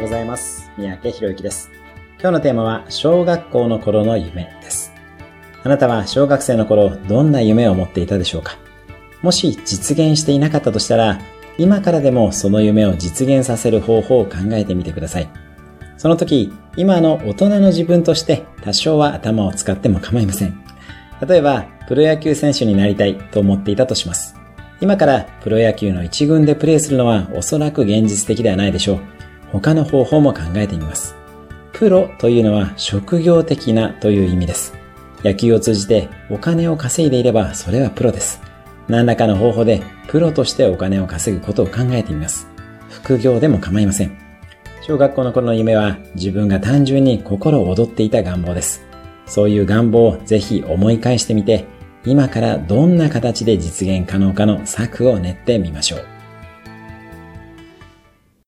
うございます。三宅博之です。今日のテーマは小学校の頃の夢です。あなたは小学生の頃どんな夢を持っていたでしょうか？もし実現していなかったとしたら、今からでもその夢を実現させる方法を考えてみてください。その時、今の大人の自分として多少は頭を使っても構いません。例えば、プロ野球選手になりたいと思っていたとします。今からプロ野球の一軍でプレーするのはおそらく現実的ではないでしょう。他の方法も考えてみます。プロというのは職業的なという意味です。野球を通じてお金を稼いでいればそれはプロです。何らかの方法でプロとしてお金を稼ぐことを考えてみます。副業でも構いません。小学校の頃の夢は自分が単純に心躍っていた願望です。そういう願望をぜひ思い返してみて、今からどんな形で実現可能かの策を練ってみましょう。